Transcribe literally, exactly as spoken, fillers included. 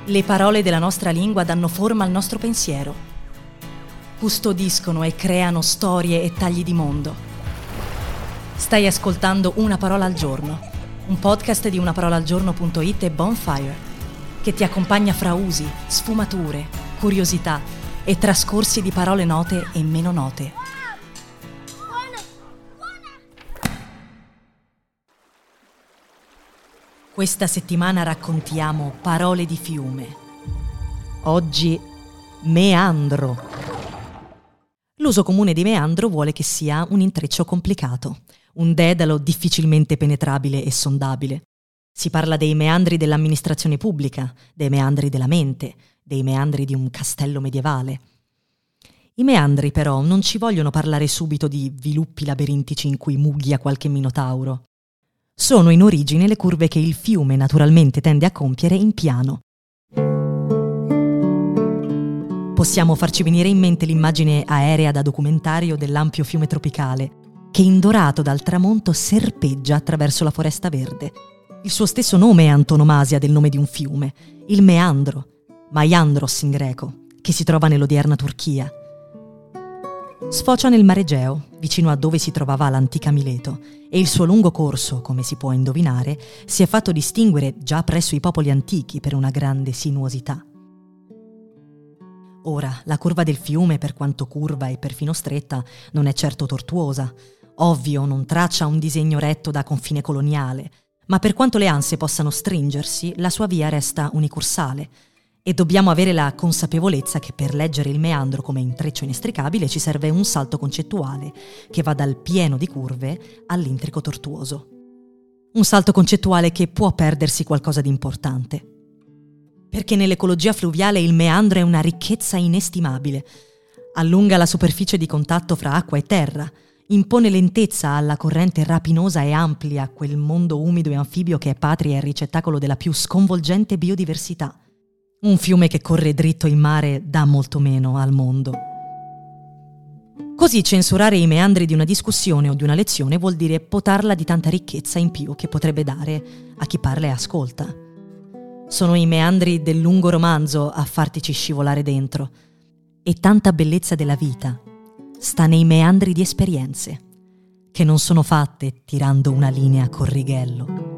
Le parole della nostra lingua danno forma al nostro pensiero, custodiscono e creano storie e tagli di mondo. Stai ascoltando Una parola al giorno, un podcast di unaparolaalgiorno punto it e Bonfire, che ti accompagna fra usi, sfumature, curiosità e trascorsi di parole note e meno note. Questa settimana raccontiamo parole di fiume. Oggi, meandro. L'uso comune di meandro vuole che sia un intreccio complicato, un dedalo difficilmente penetrabile e sondabile. Si parla dei meandri dell'amministrazione pubblica, dei meandri della mente, dei meandri di un castello medievale. I meandri, però, non ci vogliono parlare subito di viluppi labirintici in cui mughia qualche minotauro. Sono in origine le curve che il fiume naturalmente tende a compiere in piano. Possiamo farci venire in mente l'immagine aerea da documentario dell'ampio fiume tropicale, che indorato dal tramonto serpeggia attraverso la foresta verde. Il suo stesso nome è antonomasia del nome di un fiume, il meandro, Maiandros in greco, che si trova nell'odierna Turchia. Sfocia nel Mar Egeo, vicino a dove si trovava l'antica Mileto, e il suo lungo corso, come si può indovinare, si è fatto distinguere già presso i popoli antichi per una grande sinuosità. Ora, la curva del fiume, per quanto curva e perfino stretta, non è certo tortuosa. Ovvio, non traccia un disegno retto da confine coloniale, ma per quanto le anse possano stringersi, la sua via resta unicursale, e dobbiamo avere la consapevolezza che per leggere il meandro come intreccio inestricabile ci serve un salto concettuale che va dal pieno di curve all'intrico tortuoso. Un salto concettuale che può perdersi qualcosa di importante. Perché nell'ecologia fluviale il meandro è una ricchezza inestimabile. Allunga la superficie di contatto fra acqua e terra, impone lentezza alla corrente rapinosa e amplia, quel mondo umido e anfibio che è patria e ricettacolo della più sconvolgente biodiversità. Un fiume che corre dritto in mare dà molto meno al mondo. Così censurare i meandri di una discussione o di una lezione vuol dire potarla di tanta ricchezza in più che potrebbe dare a chi parla e ascolta. Sono i meandri del lungo romanzo a fartici scivolare dentro. E tanta bellezza della vita sta nei meandri di esperienze, che non sono fatte tirando una linea col righello.